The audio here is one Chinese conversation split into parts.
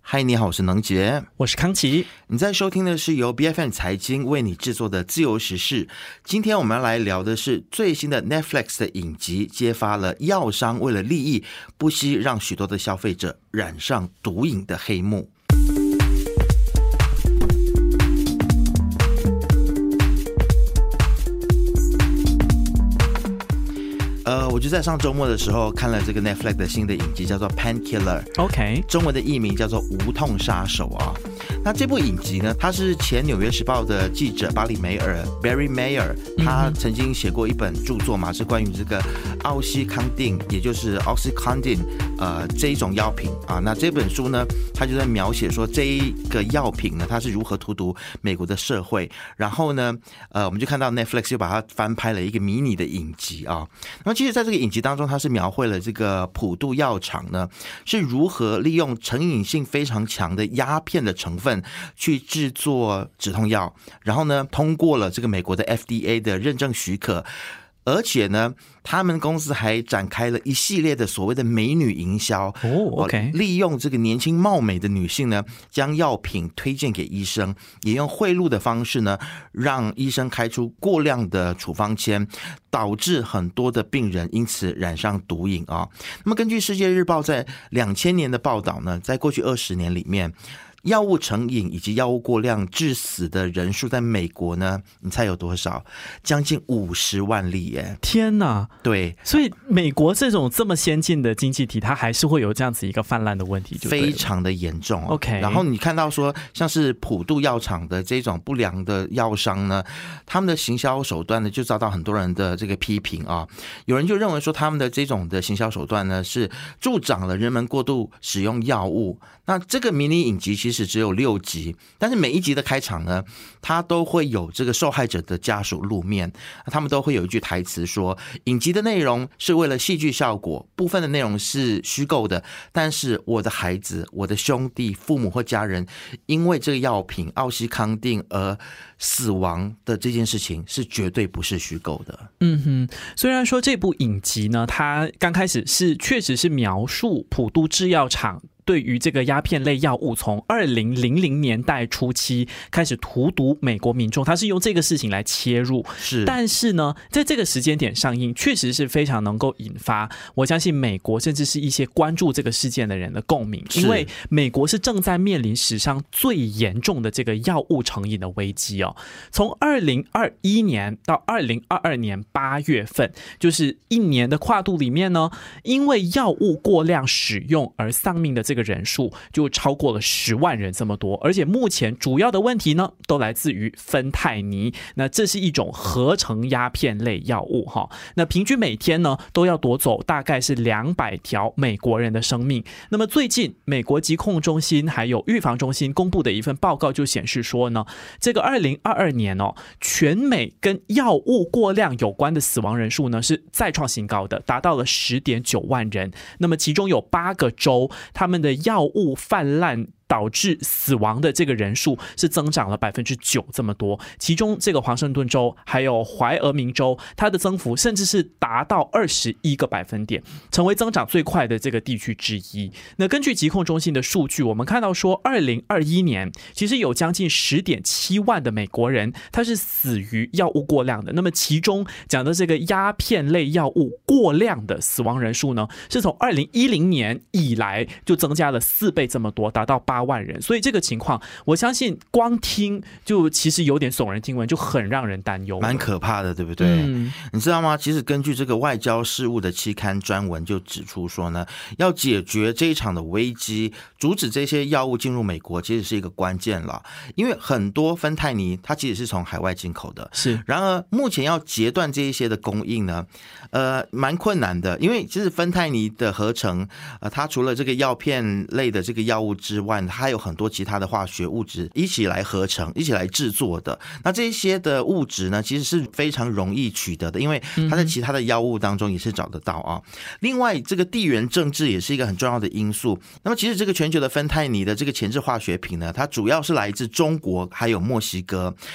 嗨，你好，我是能杰， 我是康琪。 你在收听的是由 BFM 财经为你制作的自由时事。今天我们要来聊的是最新的 Netflix 的影集，揭发了药商为了利益不惜让许多的消费者染上毒瘾的黑幕。我就在上周末的时候看了这个 Netflix 的新的影集，叫做 Painkiller， 中文的译名叫做无痛杀手啊。那这部影集呢，它是前纽约时报的记者巴里梅尔 Barry Mayer， 他曾经写过一本著作嘛，是关于这个奥西康定，也就是 Oxycontin 这一种药品啊。那这本书呢，他就在描写说这一个药品呢，它是如何荼毒美国的社会。然后呢，我们就看到 Netflix 又把它翻拍了一个迷你的影集啊。那么其实在这个影集当中，它是描绘了这个普渡药厂呢是如何利用成瘾性非常强的鸦片的成分去制作止痛药，然后呢通过了这个美国的 FDA 的认证许可，而且呢他们公司还展开了一系列的所谓的美女营销利用这个年轻貌美的女性呢，将药品推荐给医生，也用贿赂的方式呢，让医生开出过量的处方签，导致很多的病人因此染上毒瘾啊。那么根据世界日报在2000年的报道呢，在过去20年里面，药物成瘾以及药物过量致死的人数在美国呢，你猜有多少？将近50万例耶！ 天哪！ 对， 所以美国这么先进的经济体，它还是会有这样子一个泛滥的问题，就非常的严重。 OK， 然后你看到说，像是普渡药厂的这种不良的药商呢，他们的行销手段呢，就遭到很多人的这个批评啊。有人就认为说，他们的这种的行销手段呢，是助长了人们过度使用药物。那这个迷你影集其实只有6集，但是每一集的开场呢，它都会有这个受害者的家属露面，他们都会有一句台词说，影集的内容是为了戏剧效果，部分的内容是虚构的，但是我的孩子、我的兄弟、父母或家人因为这个药品奥西康定而死亡的这件事情是绝对不是虚构的。 虽然说这部影集呢，它刚开始确实是描述普渡制药厂对于这个鸦片类药物从2000年代初期开始荼毒美国民众，它是用这个事情来切入。但是呢，在这个时间点上映，确实是非常能够引发我相信美国甚至是一些关注这个事件的人的共鸣，因为美国是正在面临史上最严重的这个药物成瘾的危机哦。从2021年到2022年8月份，就是1年的跨度里面呢，因为药物过量使用而丧命的这个人数就超过了10万人这么多，而且目前主要的问题呢都来自于芬太尼，那这是一种合成鸦片类药物哈，那平均每天呢都要夺走大概是200条美国人的生命。那么最近美国疾控中心还有预防中心公布的一份报告就显示说呢，这个2022年全美跟药物过量有关的死亡人数呢是再创新高的，达到了10.9万人。那么其中有8个州他们的药物泛滥导致死亡的这个人数是增长了9%这么多，其中这个华盛顿州还有怀俄明州，它的增幅甚至是达到21个百分点，成为增长最快的这个地区之一。那根据疾控中心的数据，我们看到说2021年其实有将近10.7万的美国人他是死于药物过量的，那么其中讲的这个鸦片类药物过量的死亡人数呢，是从2010年以来就增加了4倍这么多，达到8万人。所以这个情况我相信光听就其实有点耸人听闻，就很让人担忧， 蛮可怕的，对不对？你知道吗？其实根据这个外交事务的期刊专文就指出说呢，要解决这一场的危机，阻止这些药物进入美国其实是一个关键了，因为很多芬太尼它其实是从海外进口的，然而目前要截断这一些的供应呢，蛮困难的，因为其实芬太尼的合成，它除了这个药片类的这个药物之外，它还有很多其他的化学物质一起来合成、一起来制作的。那这些的物质呢，其实是非常容易取得的，因为它在其他的药物当中也是找得到啊。另外，这个地缘政治也是一个很重要的因素。那么，其实这个全球的芬太尼的这个前置化学品呢，它主要是来自中国还有墨西哥。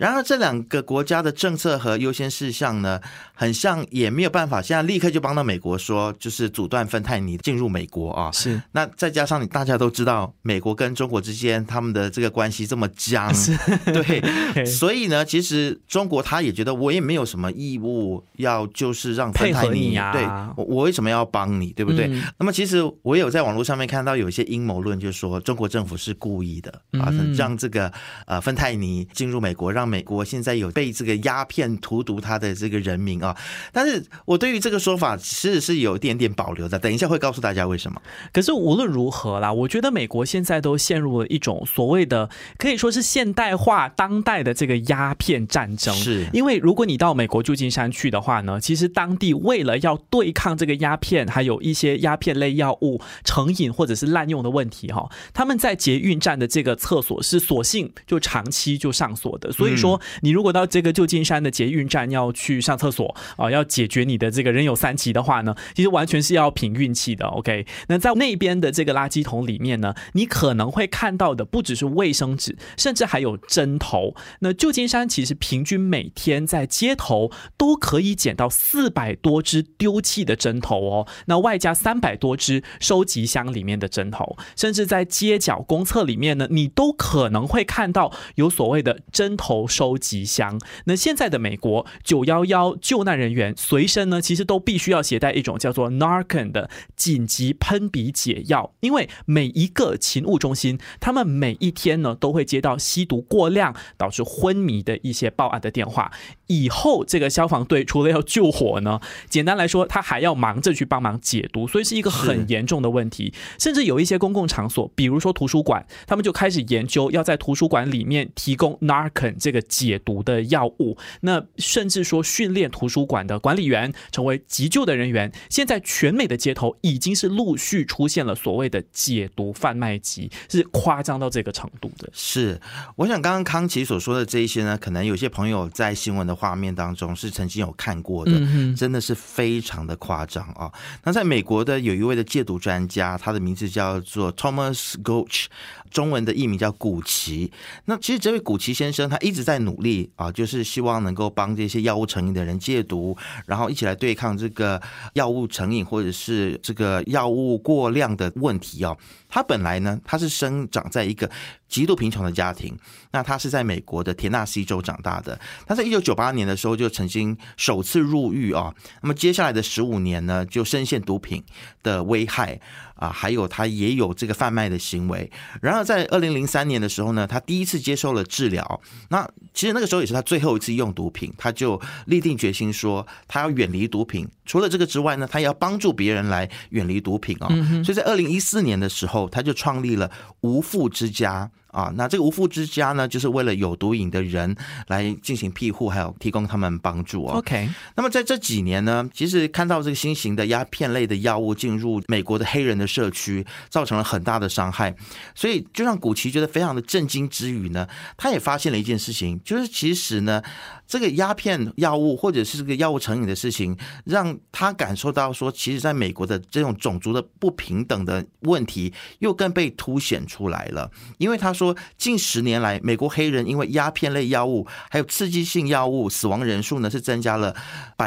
然而这两个国家的政策和优先事项呢，很像也没有办法现在立刻就帮到美国说就是阻断芬太尼进入美国啊。 是， 那再加上大家都知道美国跟中国之间他们的这个关系这么僵，对，所以呢其实中国他也觉得我也没有什么义务要就是让芬太尼对我为什么要帮你，对不对？那么其实我有在网络上面看到有一些阴谋论，就是说中国政府是故意的让这个芬太尼进入美国，让美国现在有被这个鸦片荼毒他的这个人民啊。但是我对于这个说法其实是有一点点保留的，等一下会告诉大家为什么。 可是无论如何啦，我觉得美国现在都陷入了一种所谓的可以说是现代化当代的这个鸦片战争。 是， 因为如果你到美国旧金山去的话呢，其实当地为了要对抗这个鸦片还有一些鸦片类药物成瘾或者是滥用的问题，他们在捷运站的这个厕所是索性就长期就上锁的。所以说你如果到这个旧金山的捷运站要去上厕所要解决你的这个人有三急的话呢，其实完全是要凭运气的。 OK， 那在那边的这个垃圾桶里面呢，你可能会看到的不只是卫生纸，甚至还有针头。那旧金山其实平均每天在街头都可以捡到400多只丢弃的针头那外加300多只收集箱里面的针头，甚至在街角公厕里面呢，你都可能会看到有所谓的针头收集箱。那现在的美国911救难人员随身呢，其实都必须要携带一种叫做 Narcan 的紧急喷鼻解药，因为每一个勤务中心，他们每一天呢都会接到吸毒过量导致昏迷的一些报案的电话。以后这个消防队除了要救火呢，简单来说他还要忙着去帮忙解毒，所以是一个很严重的问题。甚至有一些公共场所，比如说图书馆，他们就开始研究要在图书馆里面提供 Narcan 这个解毒的药物，那甚至说训练图书馆的管理员成为急救的人员。现在全美的街头已经是陆续出现了所谓的解毒贩卖机，是夸张到这个程度的。 是，我想刚刚康琪所说的这一些呢，可能有些朋友在新闻的画面当中是曾经有看过的，真的是非常的夸张啊。那在美国的有一位的戒毒专家，他的名字叫做 Thomas Gotch， 中文的译名叫古奇。那其实这位古奇先生他一直在努力就是希望能够帮这些药物成瘾的人戒毒，然后一起来对抗这个药物成瘾或者是这个药物过量的问题他本来呢，他是生长在一个极度贫穷的家庭，那他是在美国的田纳西州长大的。他在1998年的时候就曾经首次入狱那么接下来的15年呢，就深陷毒品的危害还有他也有这个贩卖的行为。然而在2003年的时候呢，他第一次接受了治疗。那其实那个时候也是他最后一次用毒品，他就立定决心说他要远离毒品。除了这个之外呢，他也要帮助别人来远离毒品所以在2014年的时候，他就创立了无父之家那这个无父之家呢，就是为了有毒瘾的人来进行庇护，还有提供他们帮助 OK， 那么在这几年呢，其实看到这个新型的鸦片类的药物进入美国的黑人的社区，造成了很大的伤害。所以就让古奇觉得非常的震惊之余呢，他也发现了一件事情，就是其实呢，这个鸦片药物或者是这个药物成瘾的事情，让他感受到说，其实在美国的这种种族的不平等的问题又更被凸显出来了。因为他说近10年来，美国黑人因为鸦片类药物还有刺激性药物死亡人数呢是增加了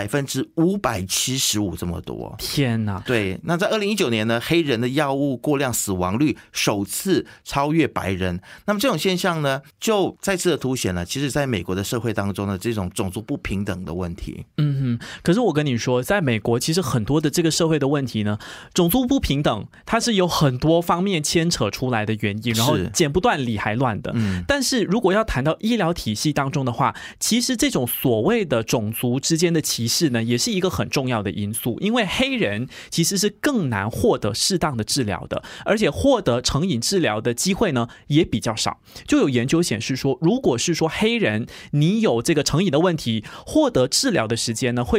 575%这么多。 天哪！ 对，那在2019年呢，黑人的药物过量死亡率首次超越白人。那么这种现象呢，就再次的凸显了其实在美国的社会当中的这种种族不平等的问题。 可是我跟你说，在美国其实很多的这个社会的问题呢，种族不平等它是有很多方面牵扯出来的原因，然后剪不断理还乱的。但是如果要谈到医疗体系当中的话，其实这种所谓的种族之间的歧视呢，也是一个很重要的因素。因为黑人其实是更难获得适当的治疗的，而且获得成瘾治疗的机会呢也比较少。就有研究显示说，如果是说黑人你有这个成瘾的问题，获得治疗的时间呢会比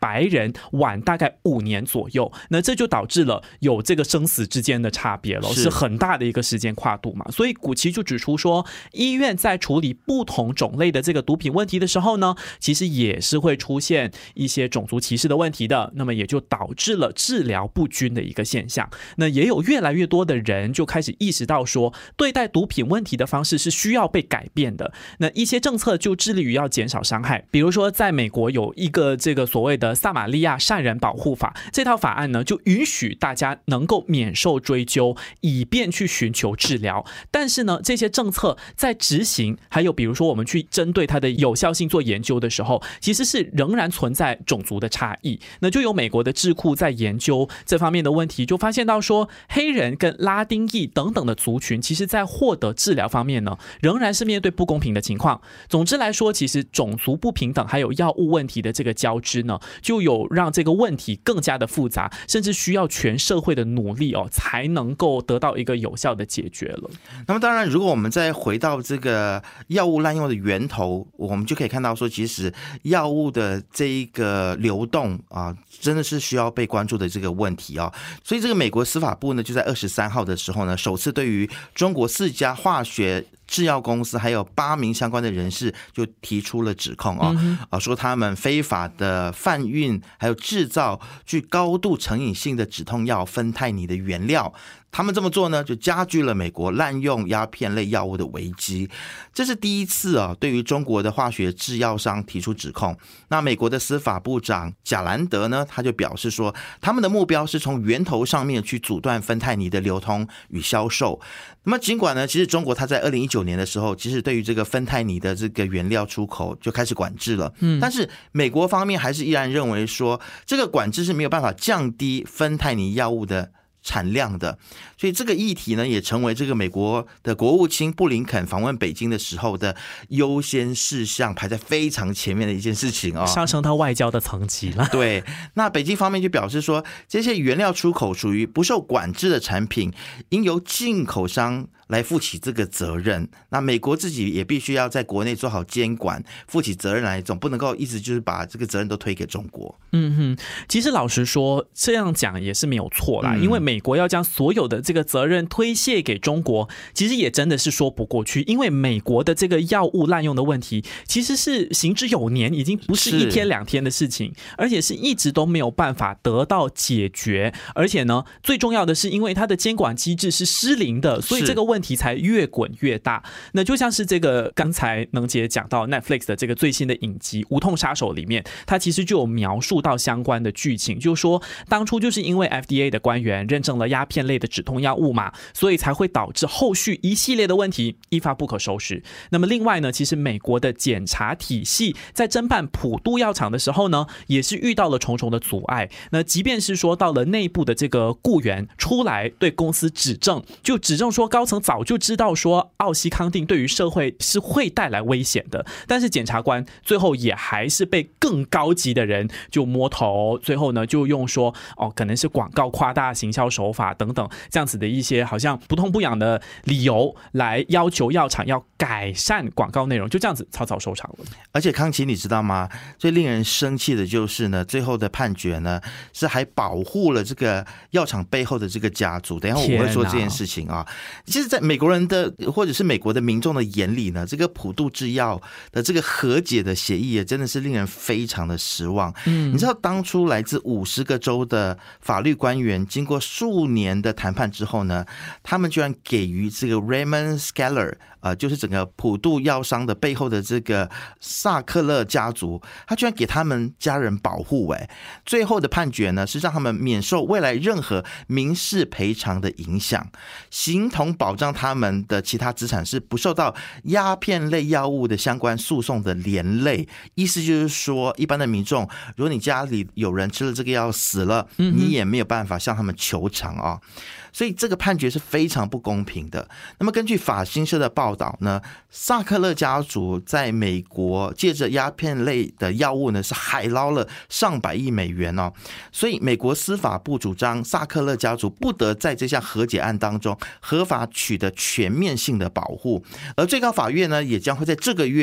白人晚大概5年左右，那这就导致了有这个生死之间的差别了，是很大的一个时间跨度嘛。所以古奇就指出说，医院在处理不同种类的这个毒品问题的时候呢，其实也是会出现一些种族歧视的问题的，那么也就导致了治疗不均的一个现象。那也有越来越多的人就开始意识到说，对待毒品问题的方式是需要被改变的。那一些政策就致力于要减少伤害，比如说在美国有一个这个所谓的撒玛利亚善人保护法，这套法案呢就允许大家能够免受追究，以便去寻求治疗。但是呢，这些政策在执行，还有比如说我们去针对它的有效性做研究的时候，其实是仍然存在种族的差异。那就有美国的智库在研究这方面的问题，就发现到说，黑人跟拉丁裔等等的族群，其实在获得治疗方面呢，仍然是面对不公平的情况。总之来说，其实种族不平等还有药物问题的这个交织呢，就有让这个问题更加的复杂，甚至需要全社会的努力才能够得到一个有效的解决了。 那么当然，如果我们再回到这个药物滥用的源头，我们就可以看到说，其实药物的这一个流动啊，真的是需要被关注的这个问题啊。所以这个美国司法部呢，就在23号的时候呢，首次对于中国4家化学制药公司还有8名相关的人士就提出了指控说他们非法的贩运还有制造具高度成瘾性的止痛药芬太尼的原料。他们这么做呢，就加剧了美国滥用鸦片类药物的危机。这是第一次对于中国的化学制药商提出指控。那美国的司法部长贾兰德呢，他就表示说，他们的目标是从源头上面去阻断芬太尼的流通与销售。那么尽管呢，其实中国它在2019年的时候，其实对于这个芬太尼的这个原料出口就开始管制了，但是美国方面还是依然认为说，这个管制是没有办法降低芬太尼药物的产量的。所以这个议题呢，也成为这个美国的国务卿布林肯访问北京的时候的优先事项，排在非常前面的一件事情上升到外交的层级了。 对，那北京方面就表示说，这些原料出口属于不受管制的产品，应由进口商来负起这个责任。那美国自己也必须要在国内做好监管，负起责任来，总不能够一直就是把这个责任都推给中国。 其实老实说，这样讲也是没有错啦，因为美国要将所有的这个责任推卸给中国，其实也真的是说不过去。因为美国的这个药物滥用的问题，其实是行之有年，已经不是1天2天的事情，而且是一直都没有办法得到解决。而且呢，最重要的是，因为它的监管机制是失灵的，所以这个问题才越滚越大。那就像是这个刚才能姐讲到 Netflix 的这个最新的影集《无痛杀手》里面，它其实就有描述到相关的剧情，就是说当初就是因为 FDA 的官员认证了鸦片类的止痛药物嘛，所以才会导致后续一系列的问题一发不可收拾。那么另外呢，其实美国的检察体系在侦办普渡药厂的时候呢，也是遇到了重重的阻碍。那即便是说到了内部的这个雇员出来对公司指证，就指证说高层早就知道说奥西康定对于社会是会带来危险的，但是检察官最后也还是被更高级的人就摸头，最后呢就用说可能是广告夸大行销手法等等这样子的一些好像不痛不痒的理由来要求药厂要改善广告内容，就这样子草草收场了。 而且康琪你知道吗，最令人生气的就是呢，最后的判决呢是还保护了这个药厂背后的这个家族。等一下我会说这件事情啊。其实在美国人的或者是美国的民众的眼里呢，这个普渡制药的这个和解的协议也真的是令人非常的失望。你知道当初来自50个州的法律官员经过数年的谈判之后呢，他们居然给予这个 Raymond Scaler就是整个普渡药商的背后的这个萨克勒家族，他居然给他们家人保护。最后的判决呢是让他们免受未来任何民事赔偿的影响，形同保障他们的其他资产是不受到鸦片类药物的相关诉讼的连累。意思就是说，一般的民众，如果你家里有人吃了这个药死了，你也没有办法向他们求偿所以这个判决是非常不公平的。那么根据法新社的报道呢，萨克勒家族在美国借着鸦片类的药物呢是海捞了上百亿美元所以美国司法部主张萨克勒家族不得在这项和解案当中合法取得全面性的保护。而最高法院呢也将会在这个月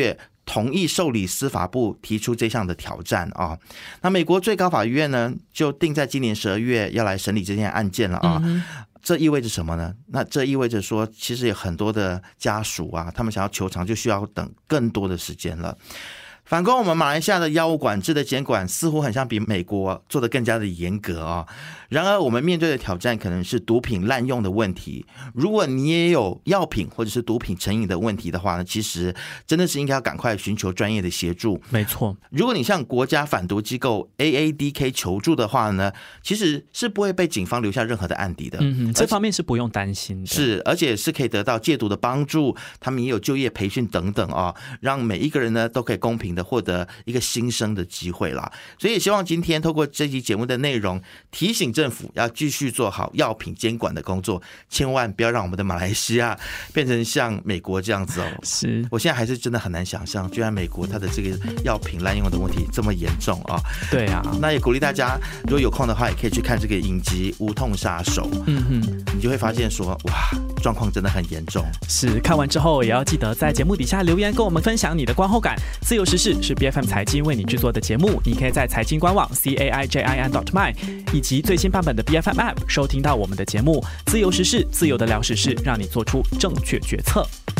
同意受理司法部提出这项的挑战啊。那美国最高法院呢，就定在今年12月要来审理这件案件了啊。这意味着什么呢？那这意味着说，其实有很多的家属啊，他们想要求偿就需要等更多的时间了。反观我们马来西亚的药物管制的监管似乎很像比美国做得更加的严格啊。然而我们面对的挑战可能是毒品滥用的问题。如果你也有药品或者是毒品成瘾的问题的话呢，其实真的是应该要赶快寻求专业的协助。 没错， 如果你向国家反毒机构 AADK 求助的话呢，其实是不会被警方留下任何的案底的。 这方面是不用担心的。 是，而且是可以得到戒毒的帮助，他们也有就业培训等等啊，让每一个人呢都可以公平的获得一个新生的机会啦。所以也希望今天透过这期节目的内容，提醒政府要继续做好药品监管的工作，千万不要让我们的马来西亚变成像美国这样子哦。 是， 我现在还是真的很难想象，居然美国它的这个药品滥用的问题这么严重啊。 对啊， 那也鼓励大家，如果有空的话，也可以去看这个影集《无痛杀手》。你就会发现说，哇，状况真的很严重。 是，看完之后也要记得在节目底下留言跟我们分享你的观后感。自由时事是 BFM 财经为你制作的节目，你可以在财经官网 CAIJIN.my 以及最新版本的 BFM App 收听到我们的节目。自由时事，自由的聊时事，让你做出正确决策。